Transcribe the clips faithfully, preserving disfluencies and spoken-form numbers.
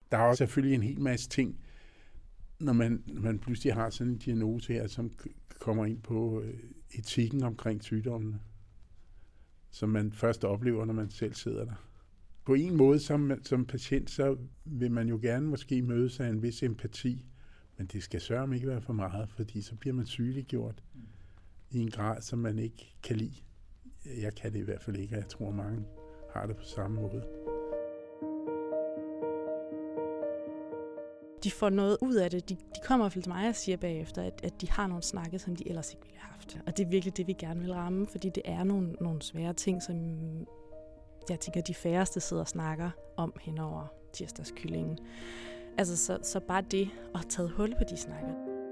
Der er også selvfølgelig en hel masse ting, når man, når man pludselig har sådan en diagnose her, som kommer ind på etikken omkring sygdommene, som man først oplever, når man selv sidder der. På en måde som, som patient, så vil man jo gerne måske møde sig en vis empati, men det skal sørme ikke være for meget, fordi så bliver man sygeliggjort mm. i en grad, som man ikke kan lide. Jeg kan det i hvert fald ikke, og jeg tror, mange har det på samme måde. De får noget ud af det. De, de kommer i hvert fald til mig og siger bagefter, at, at de har nogle snakke, som de ellers ikke ville have haft. Og det er virkelig det, vi gerne vil ramme, fordi det er nogle, nogle svære ting, som jeg tænker, de færreste sidder og snakker om hen over tirsdagskyllingen. Altså, så, så bare det at have taget hul på de snakker.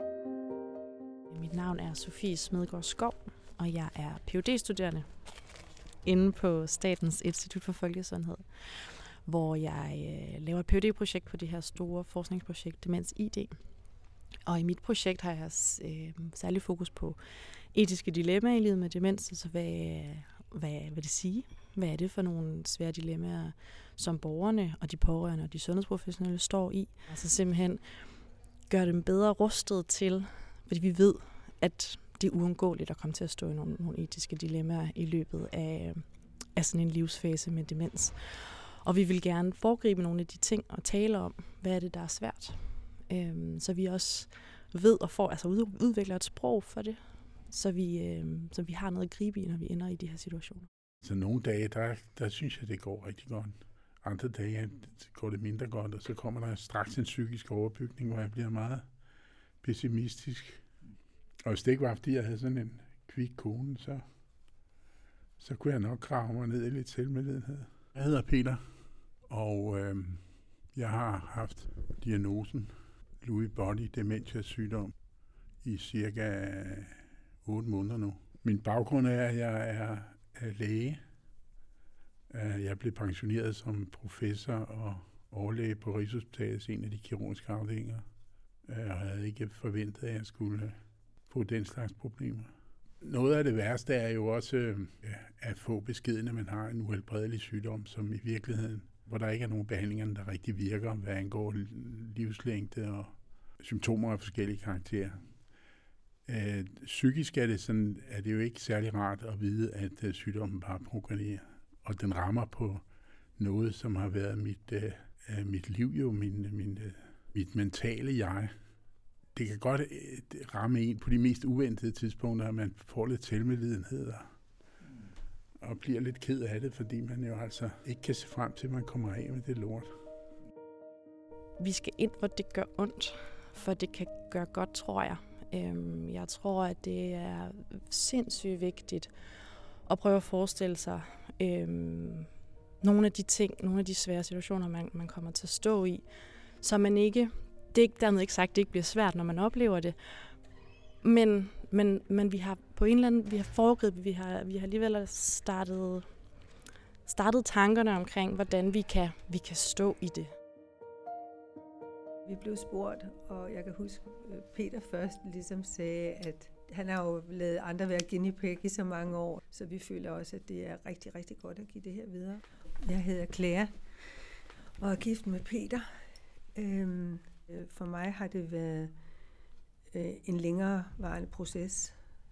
Mit navn er Sofie Smedegaard Skov, og jeg er Ph D-studerende inde på Statens Institut for Folkesundhed, hvor jeg øh, laver et Ph D-projekt på det her store forskningsprojekt Demens I D. Og i mit projekt har jeg øh, særlig fokus på etiske dilemmaer i livet med demens, altså hvad, hvad vil det sige? Hvad er det for nogle svære dilemmaer, som borgerne og de pårørende og de sundhedsprofessionelle står i? Altså simpelthen gøre dem bedre rustet til, fordi vi ved, at det er uundgåeligt at komme til at stå i nogle, nogle etiske dilemmaer i løbet af, af sådan en livsfase med demens. Og vi vil gerne foregribe nogle af de ting og tale om, hvad er det, der er svært. Øhm, så vi også ved og får, altså udvikler et sprog for det, så vi, øhm, så vi har noget at gribe i, når vi ender i de her situationer. Så nogle dage, der, der synes jeg, det går rigtig godt. Andre dage går det mindre godt, og så kommer der straks en psykisk overbygning, hvor jeg bliver meget pessimistisk. Og hvis det ikke var, fordi jeg havde sådan en kvik kone, så, så kunne jeg nok grave mig ned i lidt selvmedlidenhed. Jeg hedder Peter, og øh, jeg har haft diagnosen Lewy body dementia sygdom i cirka otte måneder nu. Min baggrund er, at jeg er, er læge. Jeg blev pensioneret som professor og overlæge på Rigshospitalet, en af de kirurgiske afdelinger. Jeg havde ikke forventet, at jeg skulle få den slags problemer. Noget af det værste er jo også ja, at få beskeden, at man har en uhelbredelig sygdom, som i virkeligheden, hvor der ikke er nogen behandlinger, der rigtig virker, hvad angår livslængde og symptomer af forskellige karakterer. Øh, psykisk er det, sådan, er det jo ikke særlig rart at vide, at uh, sygdommen bare progrederer, og den rammer på noget, som har været mit, uh, mit liv, jo min, min, uh, mit mentale jeg. Det kan godt uh, ramme en på de mest uventede tidspunkter, at man får lidt selvmedlidenhed og bliver lidt ked af det, fordi man jo altså ikke kan se frem til, at man kommer af med det lort. Vi skal ind, hvor det gør ondt, for det kan gøre godt, tror jeg. Jeg tror, at det er sindssygt vigtigt at prøve at forestille sig øhm, nogle af de ting, nogle af de svære situationer, man, man kommer til at stå i, så man ikke, det er ikke dermed ikke sagt, at det ikke bliver svært, når man oplever det, men, men, men vi har på en eller anden, vi har foregrebet, vi har, vi har alligevel startet, startet tankerne omkring, hvordan vi kan, vi kan stå i det. Vi blev spurgt, og jeg kan huske, Peter først ligesom sagde, at han har jo lavet andre være guinea pig i så mange år, så vi føler også, at det er rigtig, rigtig godt at give det her videre. Jeg hedder Claire, og er gift med Peter. For mig har det været en længerevarende proces,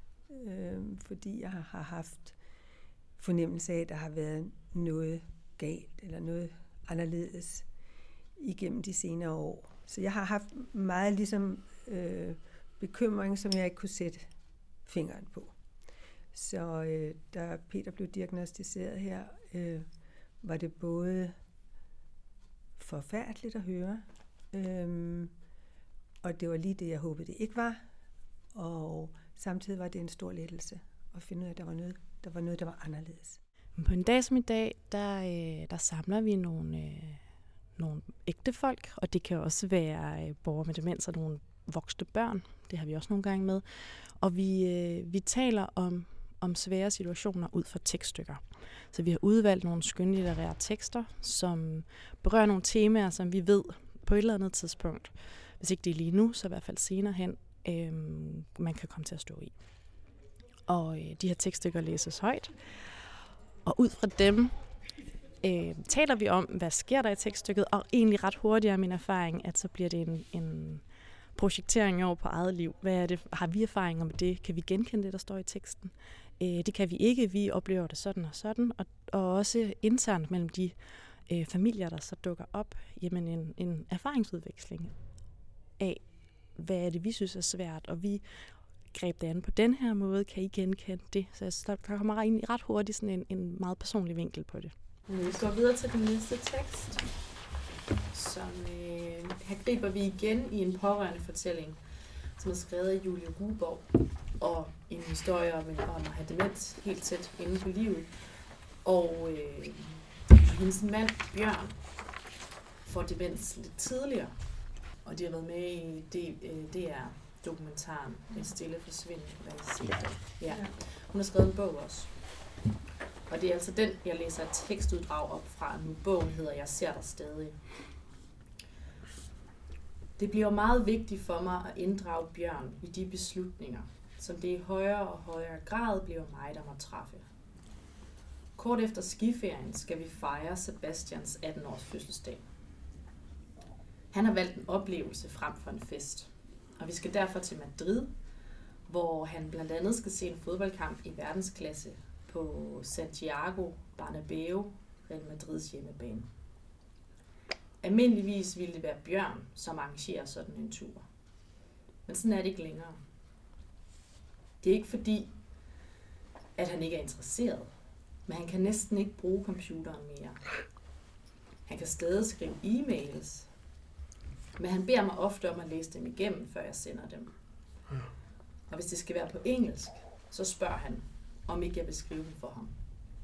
fordi jeg har haft fornemmelse af, at der har været noget galt eller noget anderledes igennem de senere år. Så jeg har haft meget ligesom øh, bekymring, som jeg ikke kunne sætte fingeren på. Så øh, da Peter blev diagnosticeret her, øh, var det både forfærdeligt at høre, øh, og det var lige det, jeg håbede, det ikke var. Og samtidig var det en stor lettelse at finde ud af, at der var noget, der var, noget, der var anderledes. På en dag som i dag, der, øh, der samler vi nogle... Øh nogle ægte folk, og det kan også være borgere med demens og nogle voksne børn. Det har vi også nogle gange med. Og vi, øh, vi taler om, om svære situationer ud fra tekststykker. Så vi har udvalgt nogle skønlitterære tekster, som berører nogle temaer, som vi ved på et eller andet tidspunkt, hvis ikke det er lige nu, så i hvert fald senere hen, øh, man kan komme til at stå i. Og øh, de her tekststykker læses højt. Og ud fra dem øh, taler vi om, hvad sker der i tekststykket, og egentlig ret hurtigt er min erfaring, at så bliver det en, en projektering over på eget liv. Hvad er det? Har vi erfaringer med det? Kan vi genkende det, der står i teksten? Øh, det kan vi ikke. Vi oplever det sådan og sådan, og, og også internt mellem de øh, familier, der så dukker op, jamen en, en erfaringsudveksling af, hvad er det, vi synes er svært, og vi greb det an på den her måde, kan I genkende det? Så der kommer egentlig ret hurtigt sådan en, en meget personlig vinkel på det. Vi går videre til den næste tekst, som øh, her griber vi igen i en pårørende fortælling, som er skrevet af Julie Ruborg, og en historie om, om at have demens helt tæt inde på livet. Og øh, hendes mand, Bjørn, får demens lidt tidligere, og de har været med i det, øh, det er dokumentaren En stille forsvinden. Ja. Ja. Hun har skrevet en bog også. Og det er altså den, jeg læser et tekstuddrag op fra nu. Bogen hedder Jeg ser dig stadig. Det bliver meget vigtigt for mig at inddrage Bjørn i de beslutninger, som det i højere og højere grad bliver mig, der må træffe. Kort efter skiferien skal vi fejre Sebastians atten-års fødselsdag. Han har valgt en oplevelse frem for en fest, og vi skal derfor til Madrid, hvor han blandt andet skal se en fodboldkamp i verdensklasse på Santiago Bernabéu, Real Madrids hjemmebane. Almindeligvis ville det være Bjørn, som arrangerer sådan en tur. Men sådan er det ikke længere. Det er ikke fordi, at han ikke er interesseret, men han kan næsten ikke bruge computeren mere. Han kan stadig skrive e-mails, men han beder mig ofte om at læse dem igennem, før jeg sender dem. Og hvis det skal være på engelsk, så spørger han, om ikke jeg vil skrive dem for ham.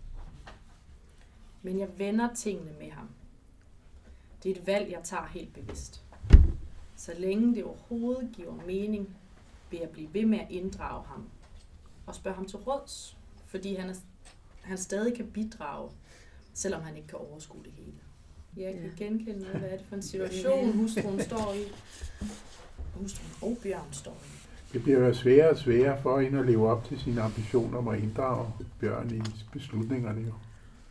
Men jeg vender tingene med ham. Det er et valg, jeg tager helt bevidst. Så længe det overhovedet giver mening, vil jeg blive ved med at inddrage ham og spørge ham til råds, fordi han, er, han stadig kan bidrage, selvom han ikke kan overskue det hele. Jeg kan ja. genkende noget, hvad er det for en situation, hustruen står i. Hustruen og Bjørn står i. Det bliver jo sværere og sværere for hende at leve op til sine ambitioner om at inddrage Bjørn i beslutningerne. Jo.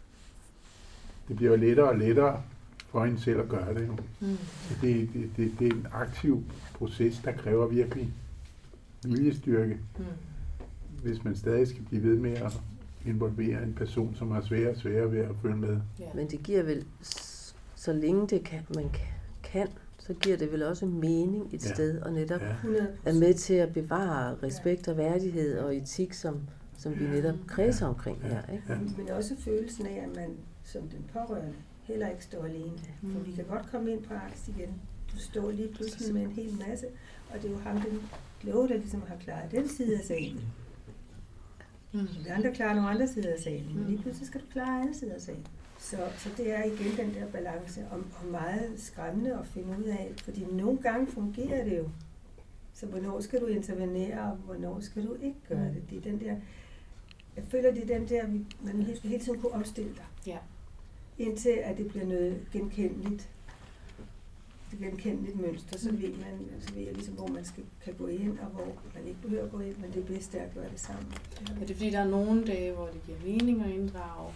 Det bliver jo lettere og lettere for hende selv at gøre det. Jo. Mm. Det, det, det, det er en aktiv proces, der kræver virkelig viljestyrke, mm. hvis man stadig skal blive ved med at involvere en person, som har sværere og sværere ved at følge med. Ja. Men det giver vel, så længe det kan, man kan, så giver det vel også mening et ja. sted, og netop ja. er med til at bevare respekt og værdighed og etik, som, som vi netop kredser ja. omkring ja. her. Ikke? Ja. Men også følelsen af, at man som den pårørende heller ikke står alene. Mm. For vi kan godt komme ind på angst igen. Du står lige pludselig med en hel masse, og det er jo ham, den kloge, der ligesom har klaret den side af sagen. Mm. De andre klarer nogle andre sider af sagen, men lige pludselig skal du klare alle sider af sagen. Så, så det er igen den der balance, og, og meget skræmmende at finde ud af, fordi nogle gange fungerer det jo. Så hvornår skal du intervenere, og hvornår skal du ikke gøre det? Det er den der, jeg føler, det er den der, man hele, hele tiden kunne opstille dig. Ja. Indtil at det bliver noget genkendeligt, det genkendeligt mønster, så ved man, så ved jeg ligesom, hvor man skal, kan gå ind, og hvor man ikke behøver at gå ind, men det bedste er at gøre det sammen. Ja, det er fordi, der er nogle dage, hvor det giver mening at inddrage,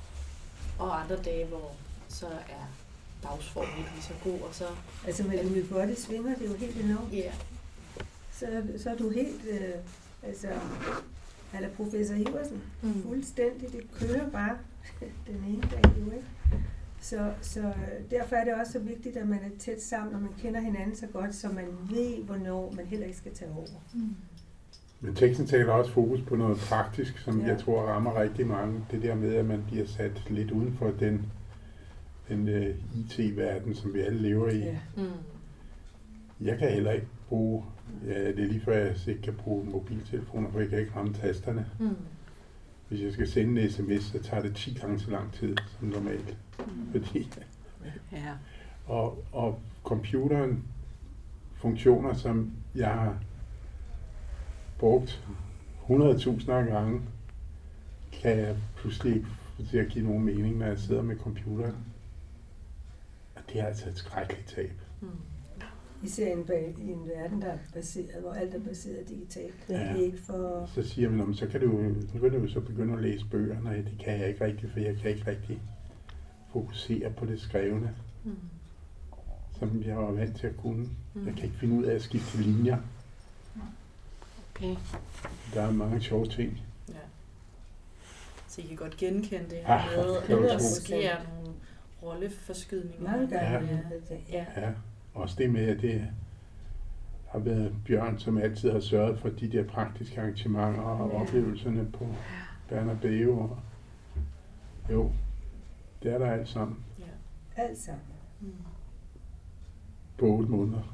og andre dage, hvor så er dagsformen ikke lige så god, og så... Altså med Louis Body svinger det jo helt enormt. Ja. Yeah. Så, så er du helt, øh, altså, eller professor Iversen, mm. fuldstændig, det kører bare den ene dag jo, ikke? Så, så derfor er det også så vigtigt, at man er tæt sammen, og man kender hinanden så godt, så man ved, hvornår man heller ikke skal tage over. Mm. Men teksten taler også fokus på noget praktisk, som ja. jeg tror rammer rigtig mange. Det der med, at man bliver sat lidt uden for den, den uh, I T-verden, som vi alle lever i. Ja. Mm. Jeg kan heller ikke bruge, ja, det er lige før jeg ikke kan bruge mobiltelefoner, for jeg kan ikke ramme tasterne. Mm. Hvis jeg skal sende en sms, så tager det ti gange så lang tid som normalt. Mm. Fordi, ja. og, og computeren, funktioner, som jeg har brugt hundrede tusinder af gange, kan jeg pludselig ikke få til at give nogen mening, når jeg sidder med computeren. Og det er altså et skrækkeligt tab. Mm. Især i en, i en verden, der er baseret, hvor alt er baseret digitalt. Ja. Det er ikke for... Så siger man, så kan du, nu kan du så begynde at læse bøger. Nej, det kan jeg ikke rigtigt, for jeg kan ikke rigtig fokusere på det skrevne, Mm. som jeg var vant til at kunne. Mm. Jeg kan ikke finde ud af at skifte linjer. Okay. Der er mange sjove ting. Ja. Så I kan godt genkende det Ja, her med, det at var der tro. sker nogle rolleforskydninger. Mange gange. Ja. Ja. Ja, også det med, at det har været Bjørn, som altid har sørget for de der praktiske arrangementer og Ja. oplevelserne på Bernabeu. Og jo, det er der alt sammen Ja. Alt sammen. Mm. på otte måneder.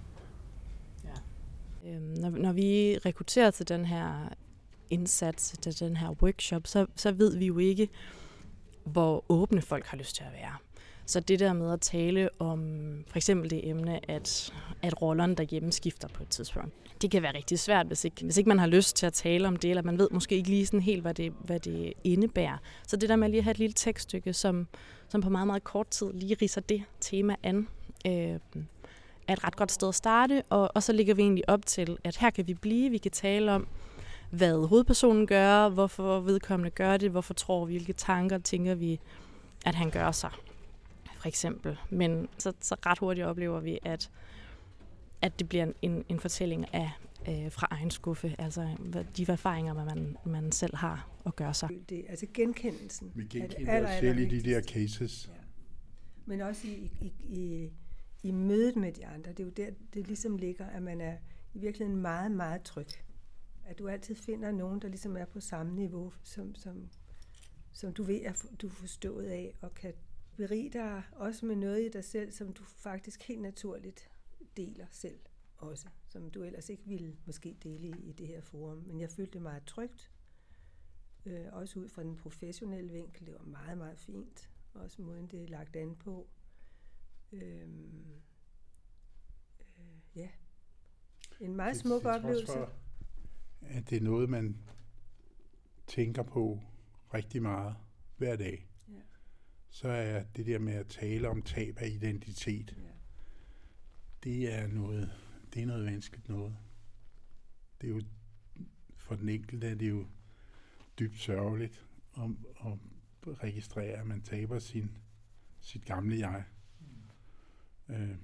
Øhm, når, når vi rekrutterer til den her indsats, til den her workshop, så, så ved vi jo ikke, hvor åbne folk har lyst til at være. Så det der med at tale om for eksempel det emne, at, at rollerne derhjemme skifter på et tidspunkt, det kan være rigtig svært, hvis ikke, hvis ikke man har lyst til at tale om det, eller man ved måske ikke lige sådan helt, hvad det, hvad det indebærer. Så det der med lige at have et lille tekststykke, som, som på meget, meget kort tid lige ridser det tema an, øh, er et ret godt sted at starte, og, og så ligger vi egentlig op til, at her kan vi blive, vi kan tale om, hvad hovedpersonen gør, hvorfor vedkommende gør det, hvorfor tror vi, hvilke tanker tænker vi, at han gør sig, for eksempel. Men så, så ret hurtigt oplever vi, at, at det bliver en, en, en fortælling af øh, fra egen skuffe, altså de erfaringer, man, man selv har at gøre sig. Det, altså genkendelsen. Vi er det genkender aller, os selv i de allervigtigste. der cases. Ja. Men også i, i, i, i mødet med de andre. Det er jo der, det ligesom ligger, at man er i virkeligheden meget, meget tryg. At du altid finder nogen, der ligesom er på samme niveau, som, som, som du ved, at du er forstået af, og kan berige dig også med noget i dig selv, som du faktisk helt naturligt deler selv også, som du ellers ikke ville måske dele i, i det her forum. Men jeg følte det meget trygt, øh, også ud fra den professionelle vinkel. Det var meget, meget fint. Også måden, det er lagt an på. Øhm, øh, ja. En meget smuk Til trods oplevelse. for, at det er noget, man tænker på rigtig meget hver dag, Ja. så er det der med at tale om tab af identitet, Ja. det er noget, det er noget vanskeligt noget. Det er jo, for den enkelte er det jo dybt sørgeligt at, at registrere, at man taber sin, sit gamle jeg. Mm. Øh.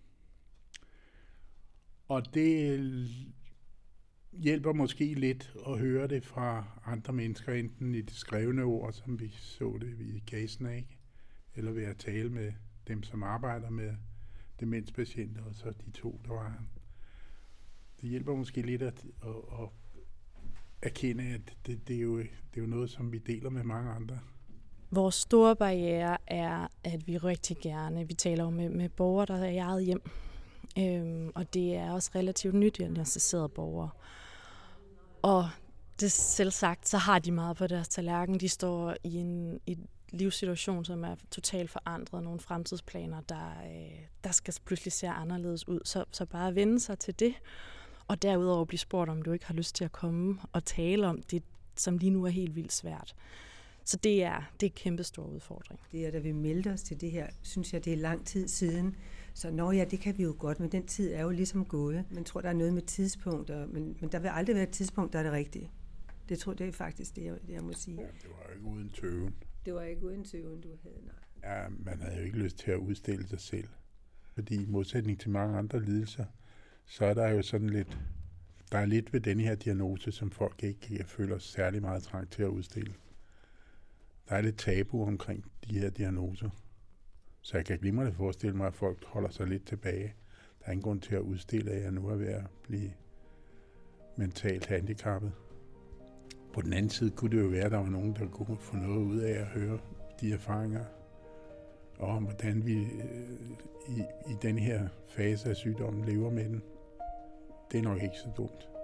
Og det hjælper måske lidt at høre det fra andre mennesker, enten i det skrevne ord, som vi så det i casen, ikke? Eller ved at tale med dem, som arbejder med demenspatienter, og så de to, der var her. Det hjælper måske lidt at, at, at erkende, at det, det, er jo, det er jo noget, som vi deler med mange andre. Vores store barriere er, at vi rigtig gerne, vi taler jo med, med borgere, der er i eget hjem. Øhm, og det er også relativt nydiagnosticerede borgere. Og det selv sagt, så har de meget på deres tallerken. De står i en, i en livssituation, som er totalt forandret. Nogle fremtidsplaner, der, øh, der skal pludselig se anderledes ud. Så, så bare vende sig til det. Og derudover blive spurgt, om du ikke har lyst til at komme og tale om det, som lige nu er helt vildt svært. Så det er, det er en kæmpe stor udfordring. Det er, da vi meldte os til det her, synes jeg, det er lang tid siden. Så nå ja, det kan vi jo godt, men den tid er jo ligesom gået. Man tror, der er noget med tidspunkter, men, men der vil aldrig være et tidspunkt, der er det rigtige. Det tror det er faktisk det, jeg, det, jeg må sige. Ja, det var jo ikke uden tøven. Det var ikke uden tøven, du havde, nej. Ja, man havde jo ikke lyst til at udstille sig selv. Fordi i modsætning til mange andre lidelser, så er der jo sådan lidt, der er lidt ved denne her diagnose, som folk ikke føler særlig meget trang til at udstille. Der er lidt tabu omkring de her diagnoser. Så jeg kan glimrende forestille mig, at folk holder sig lidt tilbage. Der er ingen grund til at udstille, at jeg nu er ved at blive mentalt handicappet. På den anden side kunne det jo være, at der var nogen, der kunne få noget ud af at høre de erfaringer, og om hvordan vi øh, i, i den her fase af sygdommen lever med den. Det er nok ikke så dumt.